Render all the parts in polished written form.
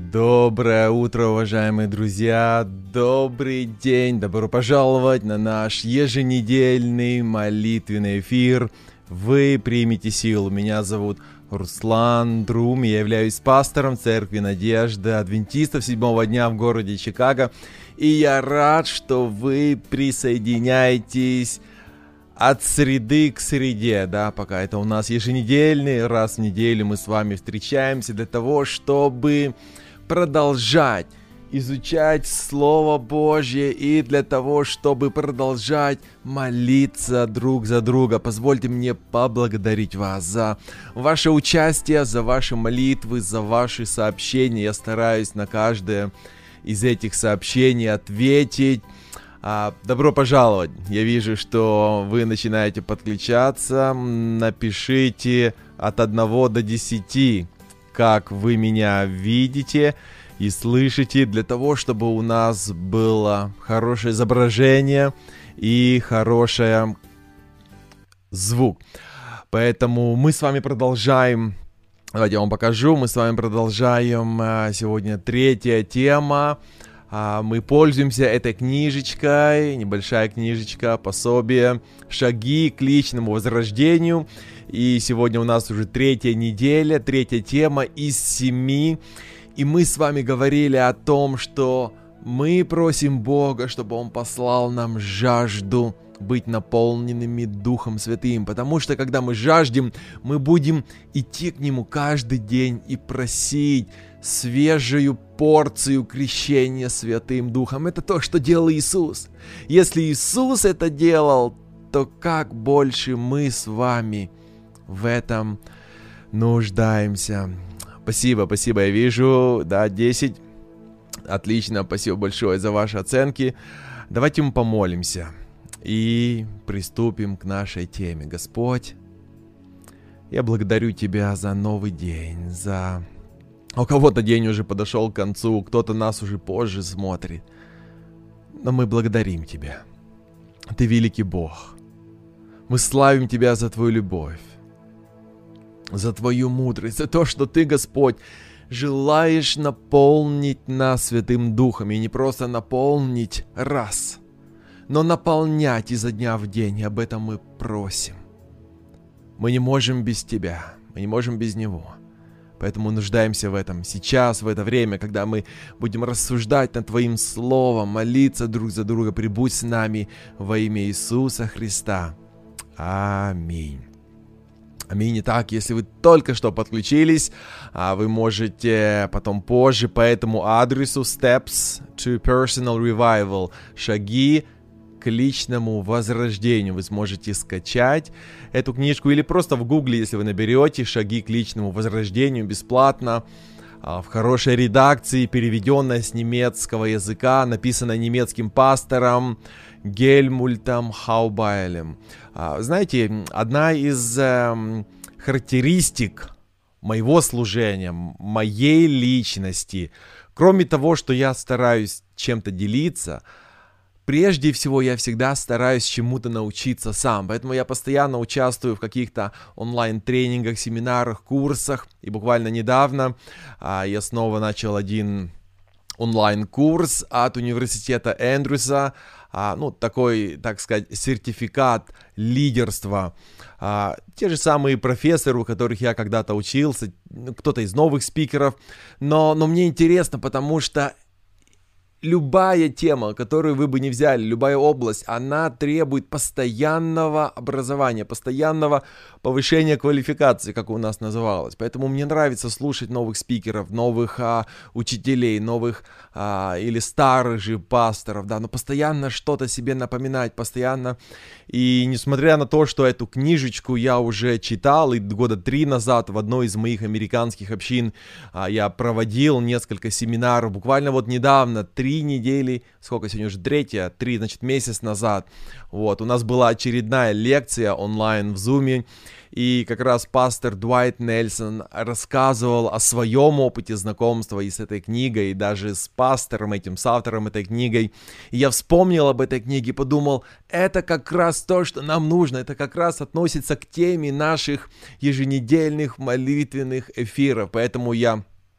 Доброе утро, уважаемые друзья! Добрый день! Добро пожаловать на наш еженедельный молитвенный эфир. Вы примете силу. Меня зовут Руслан Друм. Я являюсь пастором Церкви Надежды Адвентистов седьмого дня в городе Чикаго. И я рад, что вы присоединяетесь от среды к среде, да, пока это у нас еженедельный, раз в неделю мы с вами встречаемся для того, чтобы продолжать изучать Слово Божье и для того, чтобы продолжать молиться друг за друга. Позвольте мне поблагодарить вас за ваше участие, за ваши молитвы, за ваши сообщения. Я стараюсь на каждое из этих сообщений ответить. Добро пожаловать! Я вижу, что вы начинаете подключаться. Напишите от 1 до 10, как вы меня видите и слышите, для того, чтобы у нас было хорошее изображение и хороший звук. Поэтому мы с вами продолжаем. Давайте я вам покажу. Мы с вами продолжаем. Сегодня третья тема. Мы пользуемся этой книжечкой, небольшая книжечка, пособие «Шаги к личному возрождению». И сегодня у нас уже третья неделя, третья тема из 7. И мы с вами говорили о том, что мы просим Бога, чтобы Он послал нам жажду быть наполненными Духом Святым. Потому что, когда мы жаждем, мы будем идти к Нему каждый день и просить свежую порцию крещения Святым Духом. Это то, что делал Иисус. Если Иисус это делал, то как больше мы с вами в этом нуждаемся. Спасибо, я вижу, да, 10. Отлично, спасибо большое за ваши оценки. Давайте мы помолимся и приступим к нашей теме. Господь, я благодарю Тебя за новый день, за... У кого-то день уже подошел к концу, кто-то нас уже позже смотрит. Но мы благодарим Тебя. Ты великий Бог. Мы славим Тебя за Твою любовь, за Твою мудрость, за то, что Ты, Господь, желаешь наполнить нас Святым Духом. И не просто наполнить раз, но наполнять изо дня в день. И об этом мы просим. Мы не можем без Тебя, мы не можем без Него. Поэтому нуждаемся в этом сейчас, в это время, когда мы будем рассуждать над Твоим Словом, молиться друг за друга. Прибудь с нами во имя Иисуса Христа. Аминь. Аминь. Итак, если вы только что подключились, вы можете потом позже по этому адресу Steps to Personal Revival, шаги к личному возрождению. Вы сможете скачать эту книжку или просто в гугле, если вы наберете «Шаги к личному возрождению» бесплатно, в хорошей редакции, переведенная с немецкого языка, написанная немецким пастором Гельмультом Хаубайлем. Знаете, одна из характеристик моего служения, моей личности, кроме того, что я стараюсь чем-то делиться, прежде всего, я всегда стараюсь чему-то научиться сам, поэтому я постоянно участвую в каких-то онлайн-тренингах, семинарах, курсах, и буквально недавно я снова начал один онлайн-курс от университета Эндрюса, такой, так сказать, сертификат лидерства. Те же самые профессоры, у которых я когда-то учился, кто-то из новых спикеров, но мне интересно, потому что любая тема, которую вы бы не взяли, любая область, она требует постоянного образования, постоянного повышения квалификации, как у нас называлось. Поэтому мне нравится слушать новых спикеров, новых учителей, новых или старых же пасторов, да, но постоянно что-то себе напоминать, постоянно. И несмотря на то, что эту книжечку я уже читал, и года 3 назад в одной из моих американских общин я проводил несколько семинаров, буквально вот недавно, 3 недели, сколько сегодня уже, 3, значит, месяц назад, вот, у нас была очередная лекция онлайн в Zoom, и как раз пастор Дуайт Нельсон рассказывал о своем опыте знакомства и с этой книгой, и даже с пастором этим, с автором этой книгой. И я вспомнил об этой книге, подумал, это как раз то, что нам нужно, это как раз относится к теме наших еженедельных молитвенных эфиров, поэтому я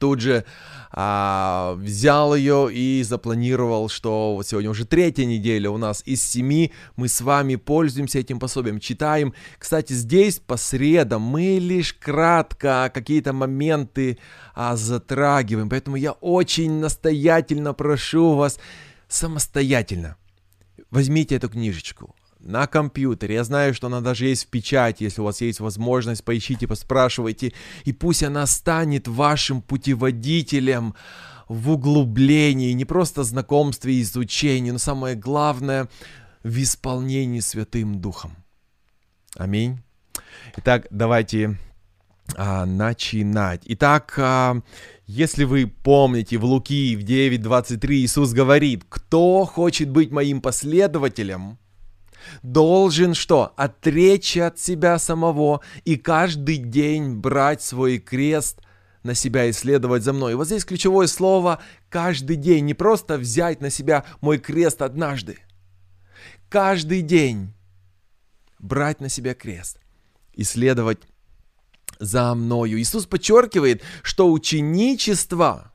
тут же взял ее и запланировал, что вот сегодня уже 3-я неделя у нас из 7, мы с вами пользуемся этим пособием, читаем. Кстати, здесь по средам мы лишь кратко какие-то моменты затрагиваем, поэтому я очень настоятельно прошу вас самостоятельно. Возьмите эту книжечку на компьютере. Я знаю, что она даже есть в печати. Если у вас есть возможность, поищите, поспрашивайте. И пусть она станет вашим путеводителем в углублении, не просто знакомстве и изучении, но самое главное в исполнении Святым Духом. Аминь. Итак, давайте начинать. Итак, если вы помните, в Луки в 9:23 Иисус говорит: кто хочет быть моим последователем, должен что? Отречься от себя самого и каждый день брать свой крест на себя и следовать за мной. И вот здесь ключевое слово «каждый день». Не просто взять на себя мой крест однажды. Каждый день брать на себя крест и следовать за мною. Иисус подчеркивает, что ученичество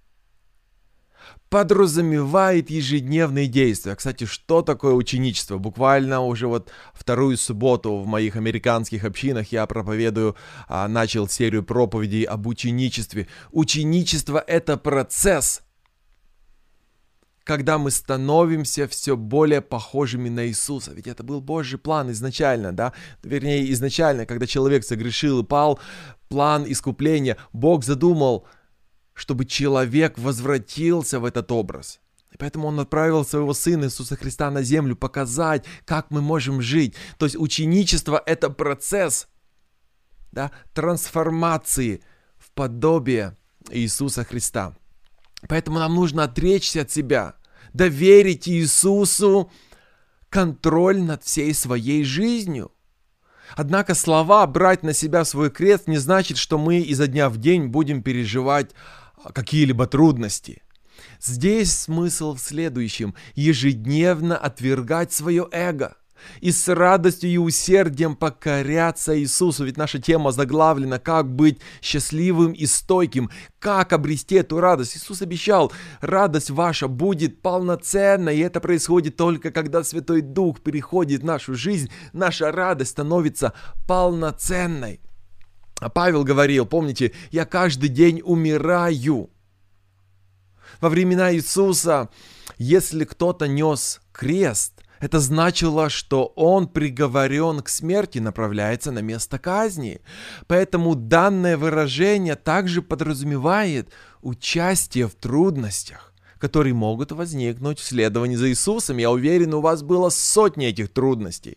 подразумевает ежедневные действия. Кстати, что такое ученичество? Буквально уже вот 2-ю субботу в моих американских общинах я проповедую, начал серию проповедей об ученичестве. Ученичество — это процесс, когда мы становимся все более похожими на Иисуса. Ведь это был Божий план изначально, да? Вернее, изначально, когда человек согрешил и пал, план искупления, Бог задумал, чтобы человек возвратился в этот образ. И поэтому Он отправил Своего Сына Иисуса Христа на землю показать, как мы можем жить. То есть ученичество — это процесс, да, трансформации в подобие Иисуса Христа. Поэтому нам нужно отречься от себя, доверить Иисусу контроль над всей своей жизнью. Однако слова «брать на себя свой крест» не значит, что мы изо дня в день будем переживать какие-либо трудности. Здесь смысл в следующем: ежедневно отвергать свое эго и с радостью и усердием покоряться Иисусу. Ведь наша тема заглавлена «Как быть счастливым и стойким». Как обрести эту радость? Иисус обещал: радость ваша будет полноценной, и это происходит только когда Святой Дух переходит в нашу жизнь, наша радость становится полноценной. А Павел говорил, помните: «Я каждый день умираю». Во времена Иисуса, если кто-то нес крест, это значило, что он приговорен к смерти, направляется на место казни. Поэтому данное выражение также подразумевает участие в трудностях, которые могут возникнуть в следовании за Иисусом. Я уверен, у вас было сотни этих трудностей.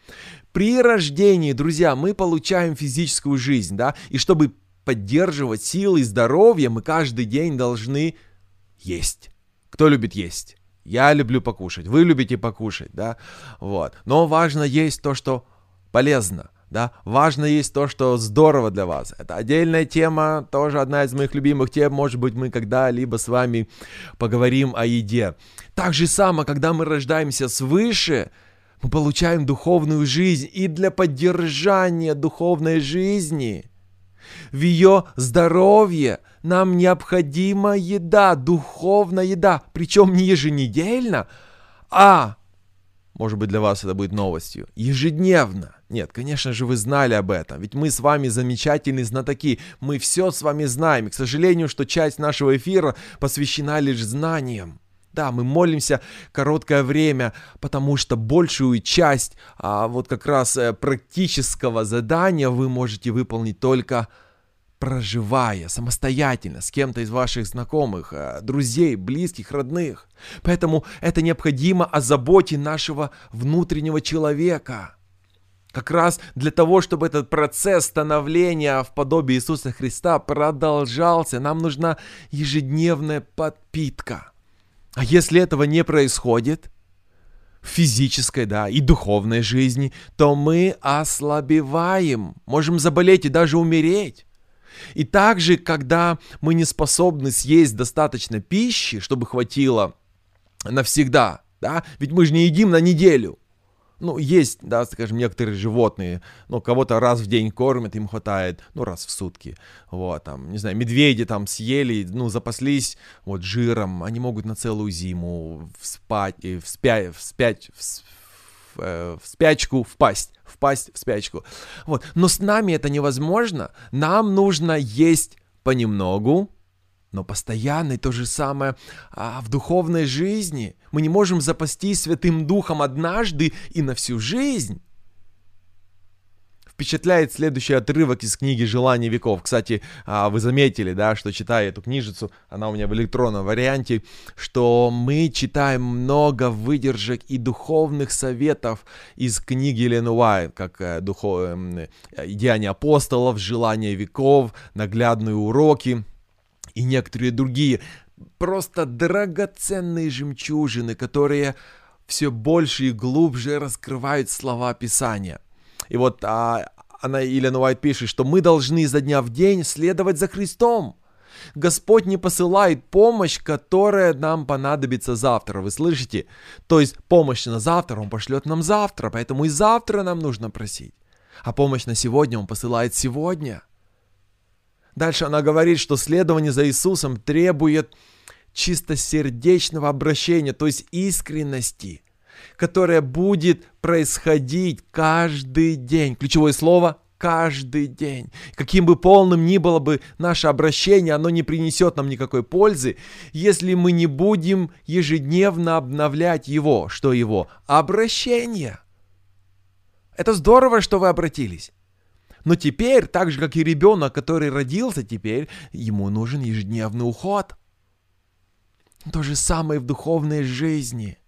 При рождении, друзья, мы получаем физическую жизнь, да, и чтобы поддерживать силы и здоровье, мы каждый день должны есть. Кто любит есть? Я люблю покушать, вы любите покушать, да, вот. Но важно есть то, что полезно, да, важно есть то, что здорово для вас. Это отдельная тема, тоже одна из моих любимых тем, может быть, мы когда-либо с вами поговорим о еде. Так же само, когда мы рождаемся свыше, мы получаем духовную жизнь, и для поддержания духовной жизни, в ее здоровье нам необходима еда, духовная еда, причем не еженедельно, а, может быть, для вас это будет новостью, ежедневно. Нет, конечно же, вы знали об этом, ведь мы с вами замечательные знатоки, мы все с вами знаем. И, к сожалению, что часть нашего эфира посвящена лишь знаниям. Да, мы молимся короткое время, потому что большую часть вот как раз практического задания вы можете выполнить только проживая самостоятельно с кем-то из ваших знакомых, друзей, близких, родных. Поэтому это необходимо о заботе нашего внутреннего человека. Как раз для того, чтобы этот процесс становления в подобие Иисуса Христа продолжался, нам нужна ежедневная подпитка. А если этого не происходит в физической, да, и духовной жизни, то мы ослабеваем, можем заболеть и даже умереть. И также, когда мы не способны съесть достаточно пищи, чтобы хватило навсегда, да, ведь мы же не едим на неделю, Есть, да, скажем, некоторые животные, кого-то раз в день кормят, им хватает, раз в сутки. Вот, там, не знаю, медведи там съели, запаслись жиром, они могут на целую зиму впасть в спячку. Вот. Но с нами это невозможно. Нам нужно есть понемногу, но постоянно, и то же самое в духовной жизни. Мы не можем запастись Святым Духом однажды и на всю жизнь. Впечатляет следующий отрывок из книги «Желание веков». Кстати, вы заметили, да, что читая эту книжицу, она у меня в электронном варианте, что мы читаем много выдержек и духовных советов из книги Елены Уайт, как «Деяния апостолов», «Желание веков», «Наглядные уроки» и некоторые другие. Просто драгоценные жемчужины, которые все больше и глубже раскрывают слова Писания. И вот Елена Уайт пишет, что мы должны изо дня в день следовать за Христом. Господь не посылает помощь, которая нам понадобится завтра. Вы слышите? То есть помощь на завтра Он пошлет нам завтра, поэтому и завтра нам нужно просить. А помощь на сегодня Он посылает сегодня. Дальше она говорит, что следование за Иисусом требует чистосердечного обращения, то есть искренности, которая будет происходить каждый день. Ключевое слово – каждый день. Каким бы полным ни было бы наше обращение, оно не принесет нам никакой пользы, если мы не будем ежедневно обновлять его. Что его? Обращение. Это здорово, что вы обратились. Но теперь, так же, как и ребенок, который родился теперь, ему нужен ежедневный уход. То же самое в духовной жизни.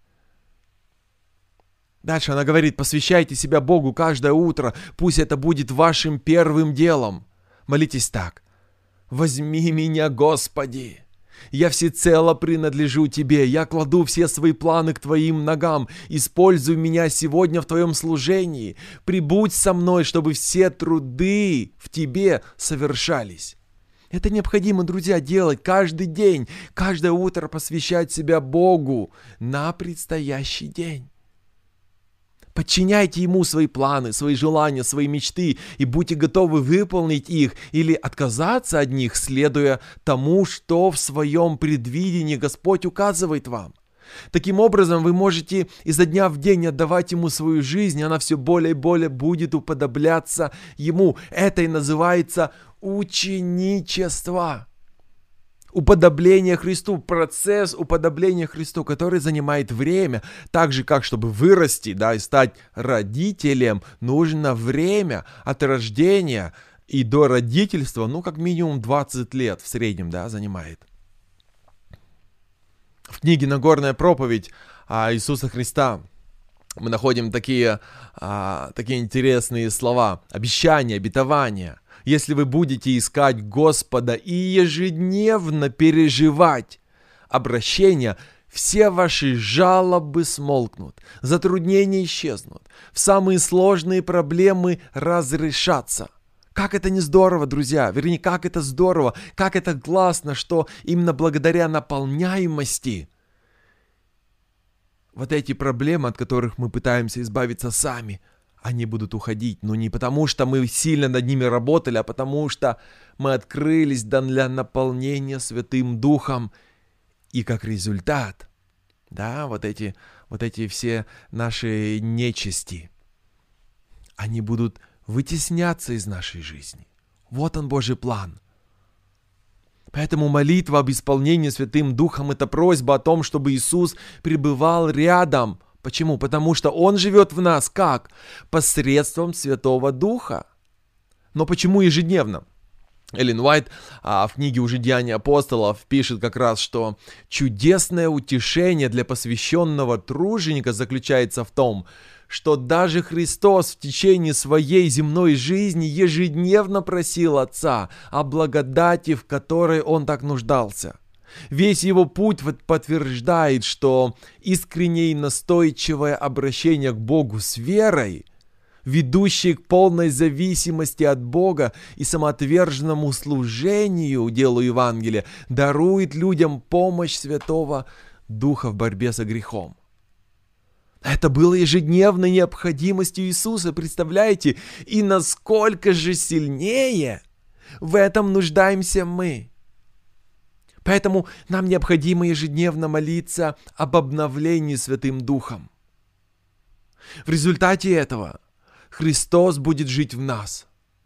Дальше она говорит: посвящайте себя Богу каждое утро, пусть это будет вашим первым делом. Молитесь так: возьми меня, Господи, я всецело принадлежу Тебе, я кладу все свои планы к Твоим ногам, используй меня сегодня в Твоем служении, прибудь со мной, чтобы все труды в Тебе совершались. Это необходимо, друзья, делать каждый день, каждое утро посвящать себя Богу на предстоящий день. Подчиняйте Ему свои планы, свои желания, свои мечты и будьте готовы выполнить их или отказаться от них, следуя тому, что в своем предвидении Господь указывает вам. Таким образом, вы можете изо дня в день отдавать Ему свою жизнь, и она все более и более будет уподобляться Ему. Это и называется ученичество. Уподобление Христу, процесс уподобления Христу, который занимает время. Так же, как чтобы вырасти, и стать родителем, нужно время от рождения и до родительства, как минимум 20 лет в среднем, занимает. В книге «Нагорная проповедь» Иисуса Христа мы находим такие интересные слова: обещания, обетования. Если вы будете искать Господа и ежедневно переживать обращение, все ваши жалобы смолкнут, затруднения исчезнут, самые сложные проблемы разрешатся. Как это не здорово, друзья! Вернее, как это здорово, как это классно, что именно благодаря наполняемости вот эти проблемы, от которых мы пытаемся избавиться сами, они будут уходить. Но не потому, что мы сильно над ними работали, а потому что мы открылись для наполнения Святым Духом. И как результат, вот эти все наши нечисти, они будут вытесняться из нашей жизни. Вот он, Божий план. Поэтому молитва об исполнении Святым Духом – это просьба о том, чтобы Иисус пребывал рядом. Почему? Потому что Он живет в нас как? Посредством Святого Духа. Но почему ежедневно? Эллен Уайт в книге уже «Деяния апостолов» пишет как раз, что чудесное утешение для посвященного труженика заключается в том, что даже Христос в течение своей земной жизни ежедневно просил Отца о благодати, в которой Он так нуждался. Весь его путь подтверждает, что искреннее и настойчивое обращение к Богу с верой, ведущее к полной зависимости от Бога и самоотверженному служению делу Евангелия, дарует людям помощь Святого Духа в борьбе со грехом. Это было ежедневной необходимостью Иисуса, представляете? И насколько же сильнее в этом нуждаемся мы. Поэтому нам необходимо ежедневно молиться об обновлении Святым Духом. В результате этого Христос будет жить в нас.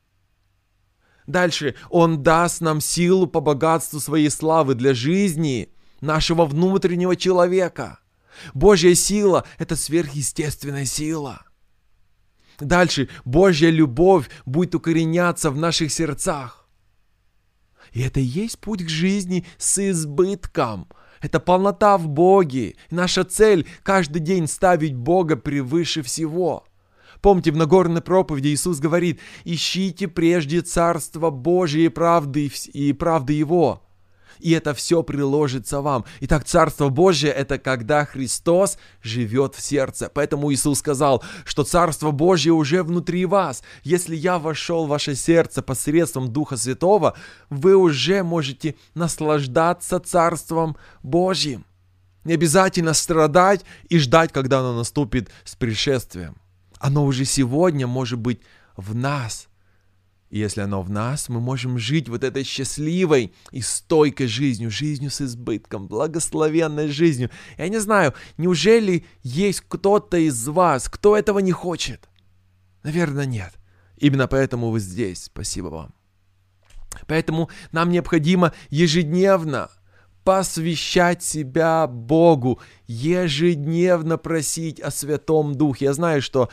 Дальше Он даст нам силу по богатству Своей славы для жизни нашего внутреннего человека. Божья сила – это сверхъестественная сила. Дальше Божья любовь будет укореняться в наших сердцах. И это и есть путь к жизни с избытком. Это полнота в Боге. Наша цель – каждый день ставить Бога превыше всего. Помните, в Нагорной проповеди Иисус говорит: «Ищите прежде Царство Божие и правды Его, и это все приложится вам». Итак, Царство Божие – это когда Христос живет в сердце. Поэтому Иисус сказал, что Царство Божие уже внутри вас. Если я вошел в ваше сердце посредством Духа Святого, вы уже можете наслаждаться Царством Божьим. Не обязательно страдать и ждать, когда оно наступит с пришествием. Оно уже сегодня может быть в нас. И если оно в нас, мы можем жить вот этой счастливой и стойкой жизнью, жизнью с избытком, благословенной жизнью. Я не знаю, неужели есть кто-то из вас, кто этого не хочет? Наверное, нет. Именно поэтому вы здесь. Спасибо вам. Поэтому нам необходимо ежедневно посвящать себя Богу, ежедневно просить о Святом Духе. Я знаю, что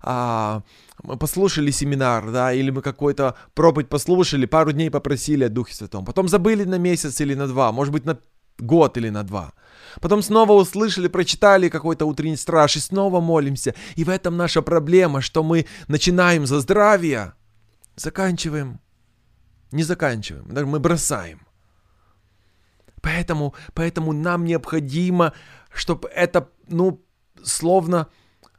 мы послушали семинар, да, или мы какой-то проповедь послушали, пару дней попросили о Духе Святом, потом забыли на месяц или на 2, может быть, на год или на 2. Потом снова услышали, прочитали какой-то утренний страж и снова молимся. И в этом наша проблема, что мы начинаем за здравие, не заканчиваем, даже мы бросаем. Поэтому нам необходимо, чтобы это, словно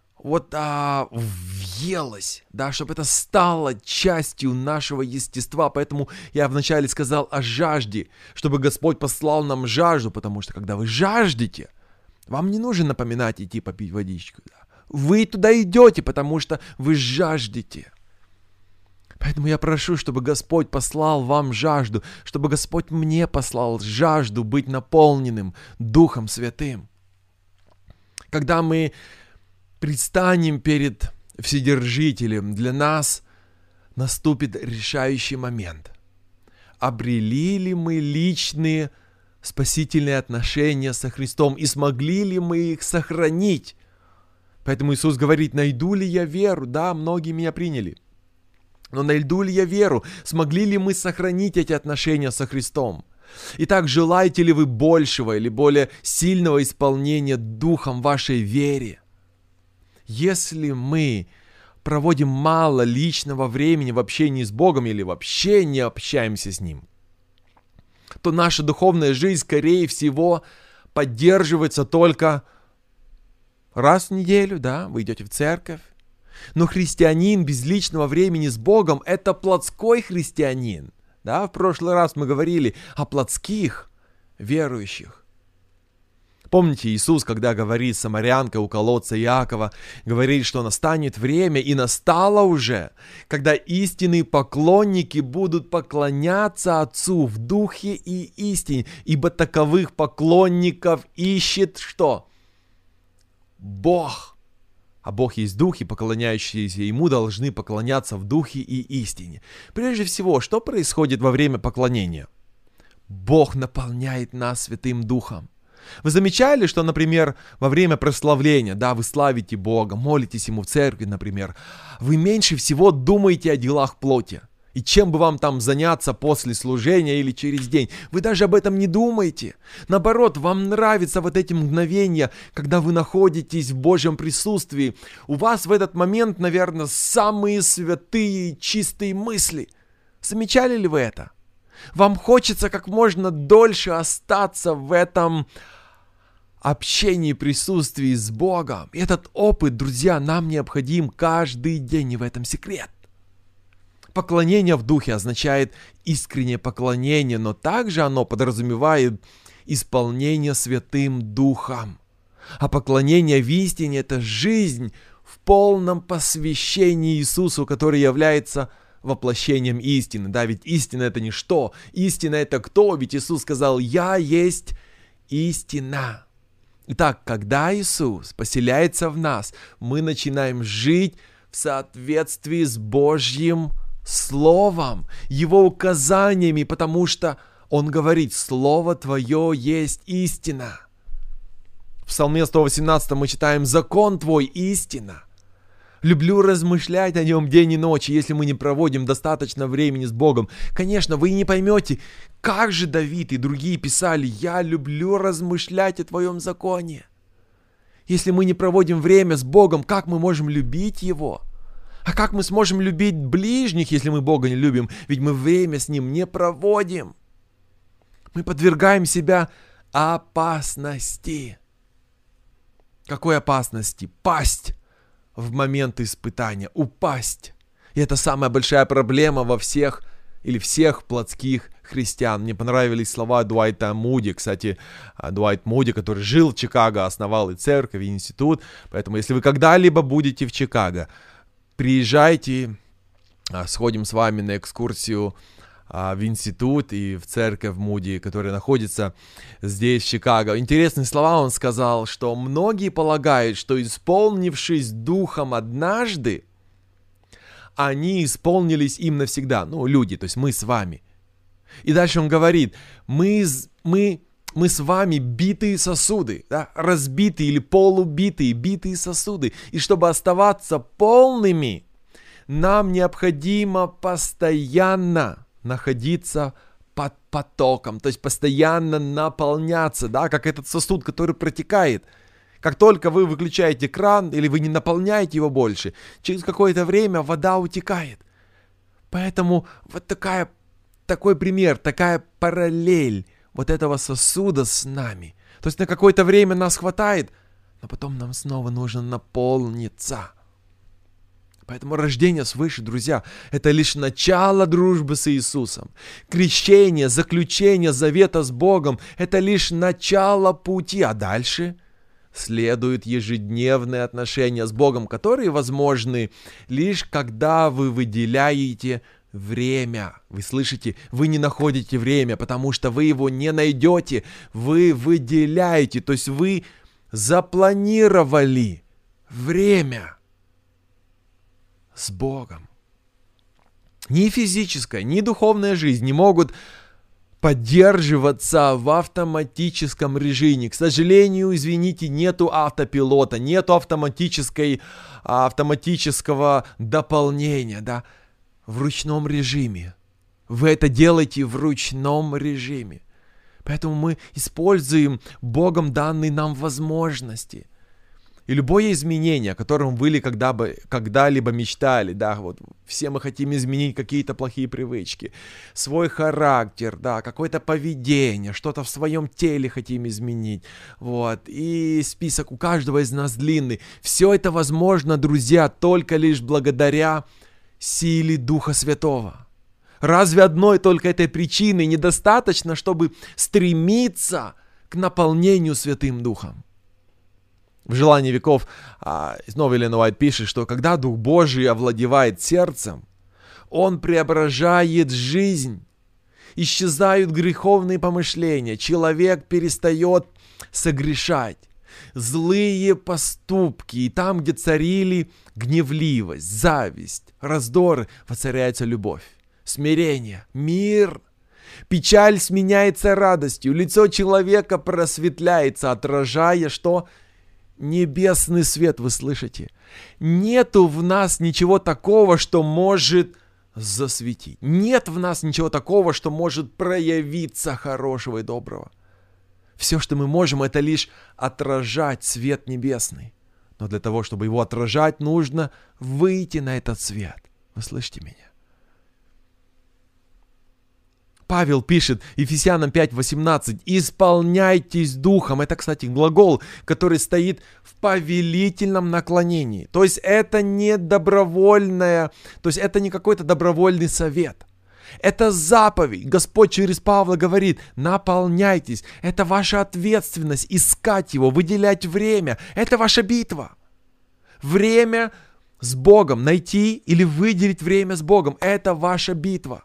въелось, да, чтобы это стало частью нашего естества. Поэтому я вначале сказал о жажде, чтобы Господь послал нам жажду, потому что когда вы жаждете, вам не нужно напоминать идти попить водичку. Да. Вы туда идете, потому что вы жаждете. Поэтому я прошу, чтобы Господь послал вам жажду, чтобы Господь мне послал жажду быть наполненным Духом Святым. Когда мы предстанем перед Вседержителем, для нас наступит решающий момент. Обрели ли мы личные спасительные отношения со Христом и смогли ли мы их сохранить? Поэтому Иисус говорит: найду ли я веру? Да, многие меня приняли. Но найду ли я веру? Смогли ли мы сохранить эти отношения со Христом? Итак, желаете ли вы большего или более сильного исполнения Духом вашей вере? Если мы проводим мало личного времени в общении с Богом или вообще не общаемся с Ним, то наша духовная жизнь, скорее всего, поддерживается только раз в неделю, да, вы идете в церковь. Но христианин без личного времени с Богом – это плотской христианин. Да, в прошлый раз мы говорили о плотских верующих. Помните, Иисус, когда говорит с самарянкой у колодца Иакова, говорит, что настанет время, и настало уже, когда истинные поклонники будут поклоняться Отцу в духе и истине, ибо таковых поклонников ищет что? Бог. А Бог есть Дух, и поклоняющиеся Ему должны поклоняться в Духе и истине. Прежде всего, что происходит во время поклонения? Бог наполняет нас Святым Духом. Вы замечали, что, например, во время прославления, да, вы славите Бога, молитесь Ему в церкви, например, вы меньше всего думаете о делах плоти. И чем бы вам там заняться после служения или через день. Вы даже об этом не думаете. Наоборот, вам нравятся вот эти мгновения, когда вы находитесь в Божьем присутствии. У вас в этот момент, наверное, самые святые и чистые мысли. Замечали ли вы это? Вам хочется как можно дольше остаться в этом общении, присутствии с Богом. И этот опыт, друзья, нам необходим каждый день, и в этом секрет. Поклонение в духе означает искреннее поклонение, но также оно подразумевает исполнение Святым Духом. А поклонение в истине – это жизнь в полном посвящении Иисусу, который является воплощением истины. Да, ведь истина – это не что. Истина – это кто? Ведь Иисус сказал: «Я есть истина». Итак, когда Иисус поселяется в нас, мы начинаем жить в соответствии с Божьим Словом, Его указаниями, потому что Он говорит: «Слово Твое есть истина». В Псалме 118 мы читаем: «Закон Твой истина». Люблю размышлять о нем день и ночь. Если мы не проводим достаточно времени с Богом, конечно, вы не поймете, как же Давид и другие писали: «Я люблю размышлять о Твоем законе». Если мы не проводим время с Богом, как мы можем любить Его? А как мы сможем любить ближних, если мы Бога не любим? Ведь мы время с Ним не проводим. Мы подвергаем себя опасности. Какой опасности? Пасть в момент испытания, упасть. И это самая большая проблема во всех или всех плотских христиан. Мне понравились слова Дуайта Муди. Кстати, Дуайт Муди, который жил в Чикаго, основал и церковь, и институт. Поэтому, если вы когда-либо будете в Чикаго, приезжайте, сходим с вами на экскурсию в институт и в церковь Муди, которая находится здесь, в Чикаго. Интересные слова он сказал, что многие полагают, что, исполнившись духом однажды, они исполнились им навсегда. Люди, то есть мы с вами. И дальше он говорит: мы с вами битые сосуды, да? Разбитые или полубитые, битые сосуды. И чтобы оставаться полными, нам необходимо постоянно находиться под потоком, то есть постоянно наполняться, да, как этот сосуд, который протекает. Как только вы выключаете кран или вы не наполняете его больше, через какое-то время вода утекает. Поэтому вот такой пример, такая параллель вот этого сосуда с нами. То есть на какое-то время нас хватает, но потом нам снова нужно наполниться. Поэтому рождение свыше, друзья, это лишь начало дружбы с Иисусом. Крещение, заключение завета с Богом – это лишь начало пути, а дальше следуют ежедневные отношения с Богом, которые возможны лишь когда вы выделяете время. Вы слышите? Вы не находите время, потому что вы его не найдете. Вы выделяете, то есть вы запланировали время с Богом. Ни физическая, ни духовная жизнь не могут поддерживаться в автоматическом режиме. К сожалению, извините, нету автопилота, нету автоматического дополнения, да, в ручном режиме. Вы это делаете в ручном режиме. Поэтому мы используем Богом данные нам возможности. И любое изменение, о котором вы когда-либо мечтали, да, вот все мы хотим изменить какие-то плохие привычки, свой характер, да, какое-то поведение, что-то в своем теле хотим изменить, вот, и список у каждого из нас длинный. Все это возможно, друзья, только лишь благодаря силе Духа Святого. Разве одной только этой причины недостаточно, чтобы стремиться к наполнению Святым Духом? В «Желании веков» снова Эллен Уайт пишет, что когда Дух Божий овладевает сердцем, Он преображает жизнь, исчезают греховные помышления, человек перестает согрешать, злые поступки, и там, где царили гневливость, зависть, раздоры, воцаряется любовь, смирение, мир. Печаль сменяется радостью, лицо человека просветляется, отражая что? Небесный свет, вы слышите? Нету в нас ничего такого, что может засветить. Нет в нас ничего такого, что может проявиться хорошего и доброго. Все, что мы можем, это лишь отражать свет небесный. Но для того, чтобы его отражать, нужно выйти на этот свет. Вы слышите меня? Павел пишет Ефесянам 5:18: «Исполняйтесь духом». Это, кстати, глагол, который стоит в повелительном наклонении. То есть это не добровольное, то есть это не какой-то добровольный совет. Это заповедь. Господь через Павла говорит: наполняйтесь. Это ваша ответственность искать Его, выделять время. Это ваша битва. Время с Богом. Найти или выделить время с Богом. Это ваша битва.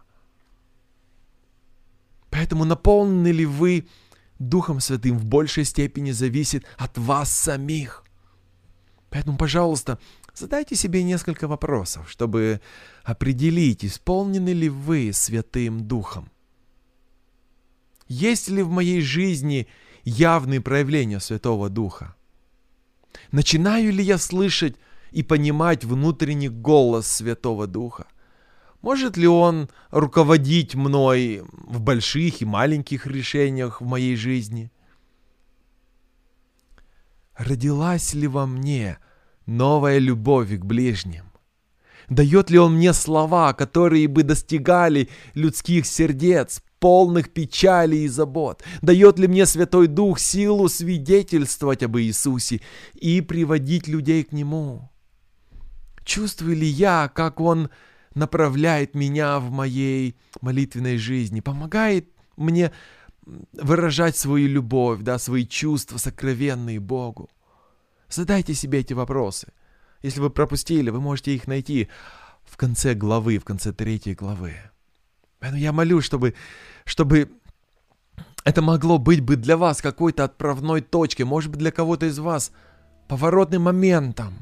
Поэтому наполнены ли вы Духом Святым в большей степени зависит от вас самих. Поэтому, пожалуйста, задайте себе несколько вопросов, чтобы определить, исполнены ли вы Святым Духом. Есть ли в моей жизни явные проявления Святого Духа? Начинаю ли я слышать и понимать внутренний голос Святого Духа? Может ли Он руководить мной в больших и маленьких решениях в моей жизни? Родилась ли во мне новая любовь к ближним? Дает ли Он мне слова, которые бы достигали людских сердец, полных печали и забот? Дает ли мне Святой Дух силу свидетельствовать об Иисусе и приводить людей к Нему? Чувствую ли я, как Он направляет меня в моей молитвенной жизни, помогает мне выражать свою любовь, свои чувства сокровенные Богу? Задайте себе эти вопросы. Если вы пропустили, вы можете их найти в конце главы, в конце 3 главы. Поэтому я молюсь, чтобы это могло быть бы для вас какой-то отправной точкой, может быть, для кого-то из вас поворотным моментом,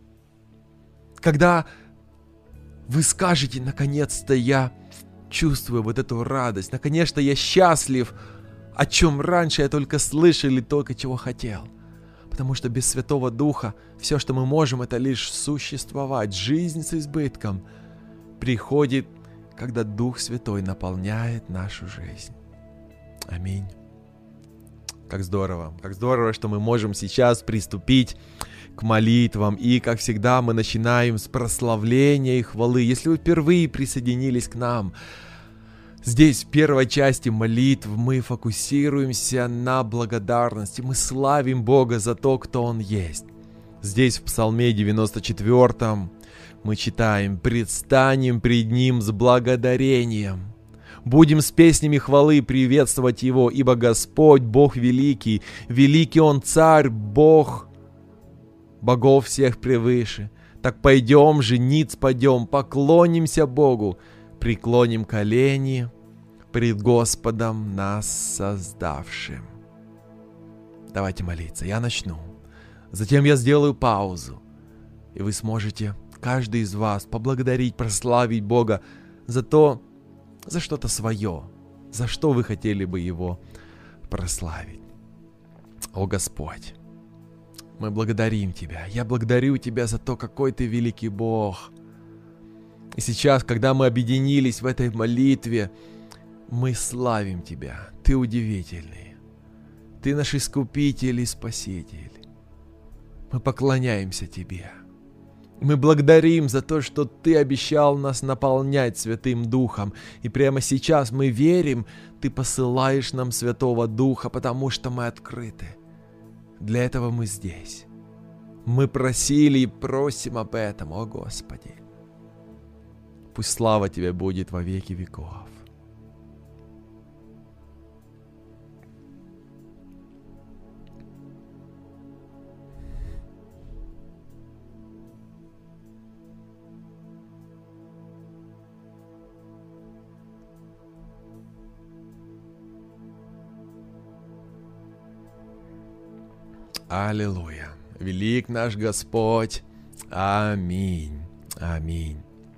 когда вы скажете: наконец-то я чувствую вот эту радость, наконец-то я счастлив, о чем раньше я только слышал или только чего хотел. Потому что без Святого Духа все, что мы можем, это лишь существовать. Жизнь с избытком приходит, когда Дух Святой наполняет нашу жизнь. Аминь. Как здорово, что мы можем сейчас приступить к молитвам. И, как всегда, мы начинаем с прославления и хвалы. Если вы впервые присоединились к нам, здесь в первой части молитв мы фокусируемся на благодарности. Мы славим Бога за то, кто Он есть. Здесь в Псалме 94 мы читаем: «Предстанем пред Ним с благодарением». Будем с песнями хвалы приветствовать Его, ибо Господь Бог великий, великий Он Царь, Бог богов всех превыше. Так пойдем же, ниц падем, поклонимся Богу, преклоним колени пред Господом нас создавшим. Давайте молиться. Я начну. Затем я сделаю паузу, и вы сможете, каждый из вас, поблагодарить, прославить Бога за что-то свое, за что вы хотели бы Его прославить. О Господь, мы благодарим Тебя. Я благодарю Тебя за то, какой Ты великий Бог. И сейчас, когда мы объединились в этой молитве, мы славим Тебя. Ты удивительный. Ты наш Искупитель и Спаситель. Мы поклоняемся Тебе. Мы благодарим за то, что Ты обещал нас наполнять Святым Духом. И прямо сейчас мы верим, Ты посылаешь нам Святого Духа, потому что мы открыты. Для этого мы здесь. Мы просили и просим об этом, о Господи. Пусть слава Тебе будет во веки веков. Аллилуйя. Велик наш Господь. Аминь. Аминь.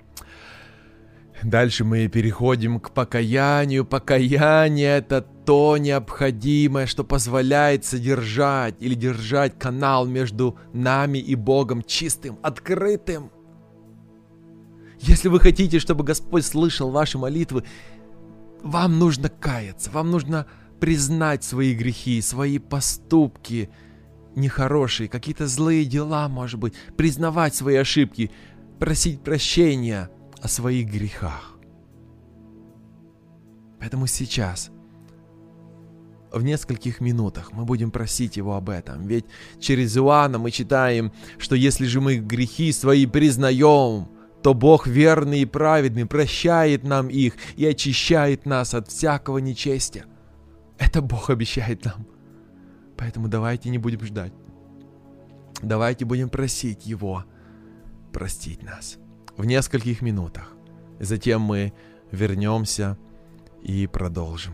Дальше мы переходим к покаянию. Покаяние — это то необходимое, что позволяет содержать или держать канал между нами и Богом чистым, открытым. Если вы хотите, чтобы Господь слышал ваши молитвы, вам нужно каяться, вам нужно признать свои грехи, свои поступки нехорошие, какие-то злые дела, может быть, признавать свои ошибки, просить прощения о своих грехах. Поэтому сейчас, в нескольких минутах, мы будем просить Его об этом. Ведь через Иоанна мы читаем, что если же мы грехи свои признаем, то Бог верный и праведный прощает нам их и очищает нас от всякого нечестия. Это Бог обещает нам. Поэтому давайте не будем ждать. Давайте будем просить Его простить нас в нескольких минутах. Затем мы вернемся и продолжим.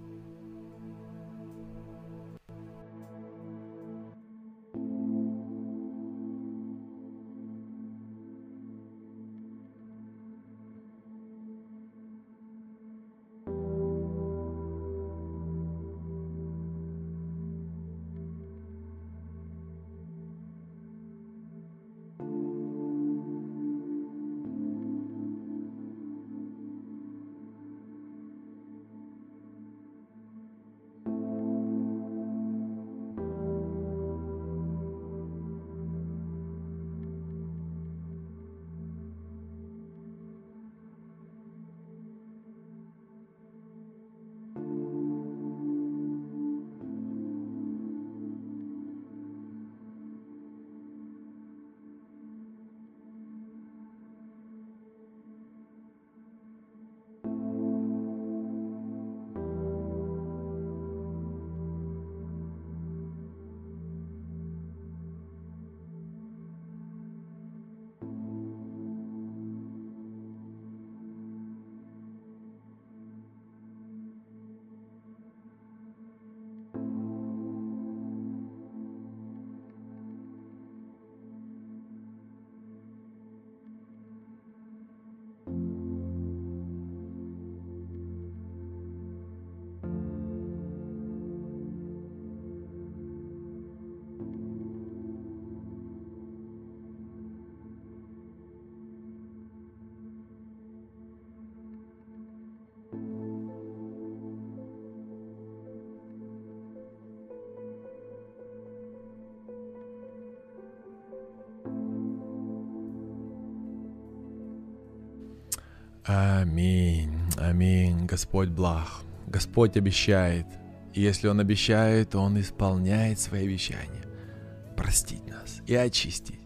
Аминь, аминь. Господь благ. Господь обещает. И если Он обещает, Он исполняет свои обещания. Простить нас и очистить.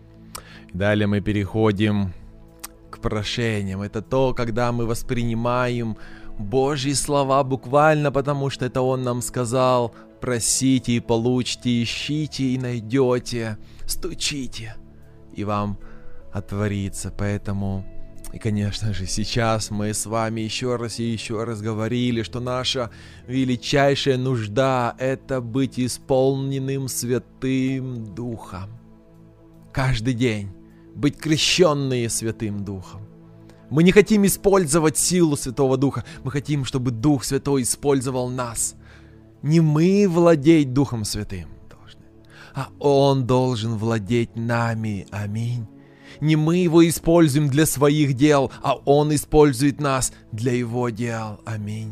Далее мы переходим к прошениям. Это то, когда мы воспринимаем Божьи слова буквально, потому что это Он нам сказал: просите и получите, ищите и найдете, стучите, и вам отворится. Поэтому, и, конечно же, сейчас мы с вами еще раз и еще раз говорили, что наша величайшая нужда — это быть исполненным Святым Духом. Каждый день быть крещенные Святым Духом. Мы не хотим использовать силу Святого Духа, мы хотим, чтобы Дух Святой использовал нас. Не мы владеть Духом Святым должны, а Он должен владеть нами. Аминь. Не мы Его используем для своих дел, а Он использует нас для Его дел. Аминь.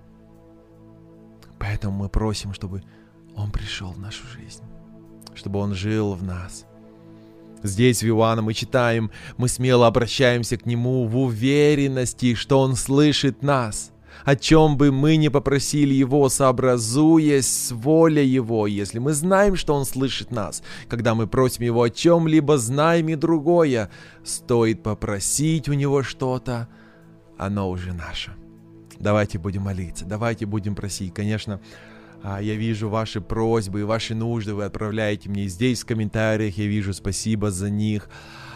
Поэтому мы просим, чтобы Он пришел в нашу жизнь, чтобы Он жил в нас. Здесь в Иоанна мы читаем: мы смело обращаемся к Нему в уверенности, что Он слышит нас. О чем бы мы ни попросили Его, сообразуясь с волей Его, если мы знаем, что Он слышит нас, когда мы просим Его о чем-либо, знаем и другое, стоит попросить у Него что-то, оно уже наше. Давайте будем молиться, давайте будем просить. Конечно, я вижу ваши просьбы и ваши нужды, вы отправляете мне здесь в комментариях, я вижу, спасибо за них.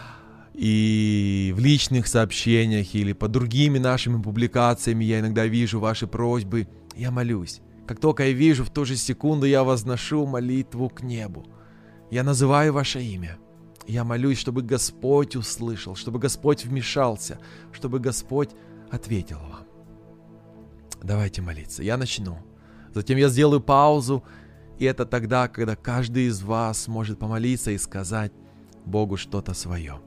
И в личных сообщениях или под другими нашими публикациями я иногда вижу ваши просьбы. Я молюсь. Как только я вижу, в ту же секунду я возношу молитву к небу. Я называю ваше имя. Я молюсь, чтобы Господь услышал, чтобы Господь вмешался, чтобы Господь ответил вам. Давайте молиться. Я начну. Затем я сделаю паузу. И это тогда, когда каждый из вас может помолиться и сказать Богу что-то свое.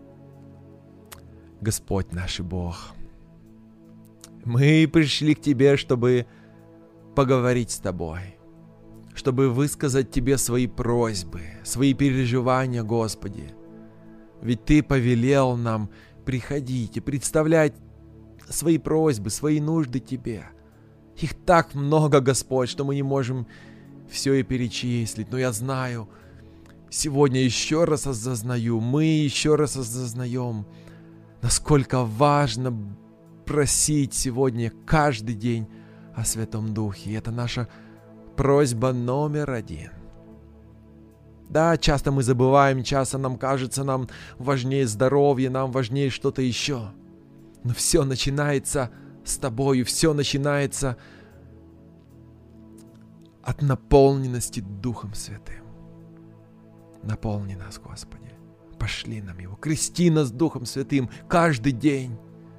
Господь наш Бог, мы пришли к Тебе, чтобы поговорить с Тобой, чтобы высказать Тебе свои просьбы, свои переживания, Господи. Ведь Ты повелел нам приходить и представлять свои просьбы, свои нужды Тебе. Их так много, Господь, что мы не можем все и перечислить. Но я знаю, сегодня еще раз осознаю, мы еще раз осознаем насколько важно просить сегодня каждый день о Святом Духе. И это наша просьба номер один. Да, часто мы забываем, часто нам кажется, нам важнее здоровье, нам важнее что-то еще. Но все начинается с тобою, все начинается от наполненности Духом Святым. Наполни нас, Господи. Пошли нам Его. Крести нас Духом Святым каждый день.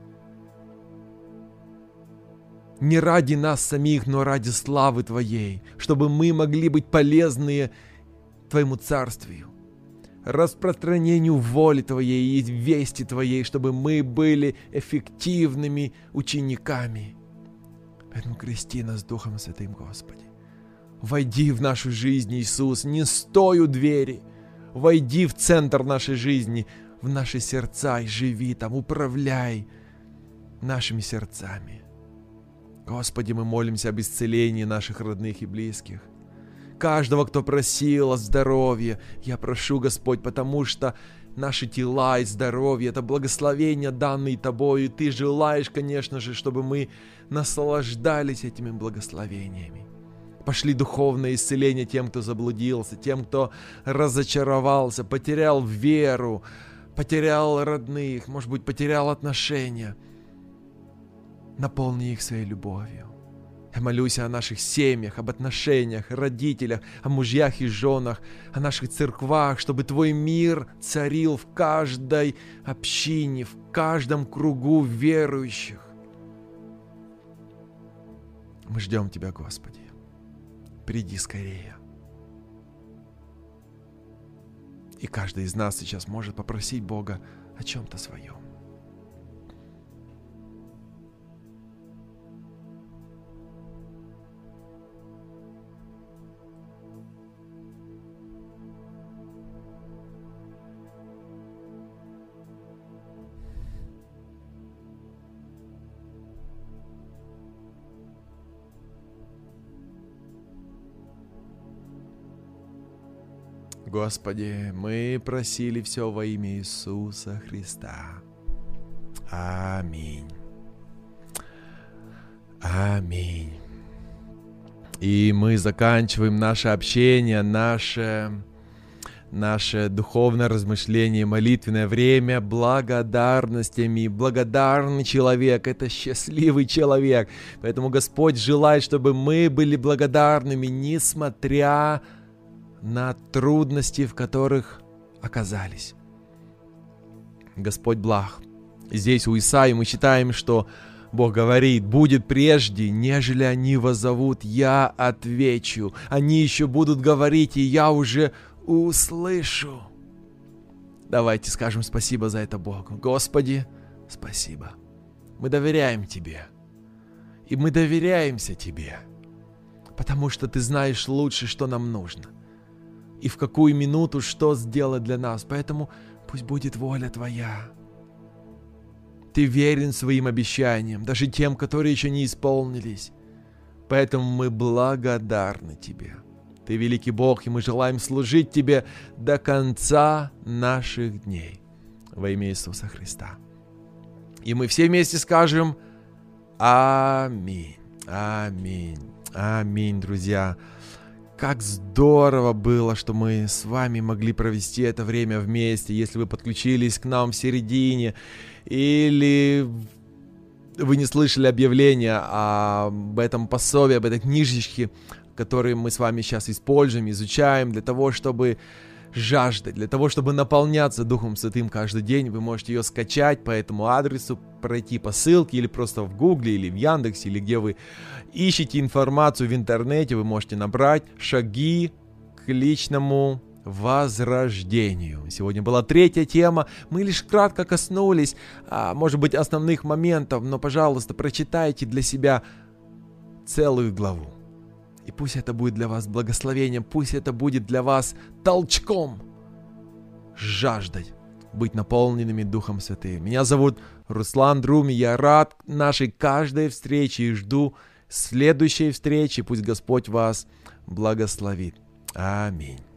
Не ради нас самих, но ради славы Твоей, чтобы мы могли быть полезны Твоему Царствию, распространению воли Твоей и вести Твоей, чтобы мы были эффективными учениками. Поэтому крести нас Духом Святым, Господи. Войди в нашу жизнь, Иисус, не стой у двери. Войди в центр нашей жизни, в наши сердца и живи там, управляй нашими сердцами. Господи, мы молимся об исцелении наших родных и близких. Каждого, кто просил о здоровье, я прошу, Господь, потому что наши тела и здоровье — это благословения, данные Тобою, и Ты желаешь, конечно же, чтобы мы наслаждались этими благословениями. Пошли духовное исцеление тем, кто заблудился, тем, кто разочаровался, потерял веру, потерял родных, может быть, потерял отношения. Наполни их своей любовью. Я молюсь о наших семьях, об отношениях, родителях, о мужьях и женах, о наших церквах, чтобы Твой мир царил в каждой общине, в каждом кругу верующих. Мы ждем Тебя, Господи. Приди скорее. И каждый из нас сейчас может попросить Бога о чем-то своем. Господи, мы просили все во имя Иисуса Христа. Аминь. Аминь. И мы заканчиваем наше общение, наше духовное размышление, молитвенное время благодарностями. Благодарный человек — это счастливый человек. Поэтому Господь желает, чтобы мы были благодарными, несмотря на трудности, в которых оказались. Господь благ. Здесь у Исаии мы читаем, что Бог говорит: будет прежде, нежели они воззовут, я отвечу. Они еще будут говорить, и я уже услышу. Давайте скажем спасибо за это Богу. Господи, спасибо. Мы доверяем Тебе. И мы доверяемся Тебе, потому что Ты знаешь лучше, что нам нужно. И в какую минуту что сделать для нас. Поэтому пусть будет воля Твоя. Ты верен своим обещаниям, даже тем, которые еще не исполнились. Поэтому мы благодарны Тебе. Ты великий Бог, и мы желаем служить Тебе до конца наших дней. Во имя Иисуса Христа. И мы все вместе скажем аминь. Аминь. Аминь, друзья. Как здорово было, что мы с вами могли провести это время вместе. Если вы подключились к нам в середине, или вы не слышали объявления об этом пособии, об этой книжечке, которую мы с вами сейчас используем, изучаем, для того, чтобы жаждать, для того, чтобы наполняться Духом Святым каждый день, вы можете ее скачать по этому адресу, пройти по ссылке, или просто в Гугле, или в Яндексе, или где вы ищете информацию в интернете, вы можете набрать «Шаги к личному возрождению». Сегодня была 3-я тема. Мы лишь кратко коснулись, может быть, основных моментов, но, пожалуйста, прочитайте для себя целую главу. И пусть это будет для вас благословением, пусть это будет для вас толчком жаждать быть наполненными Духом Святым. Меня зовут Руслан Друми, я рад нашей каждой встрече и жду следующей встречи. Пусть Господь вас благословит. Аминь.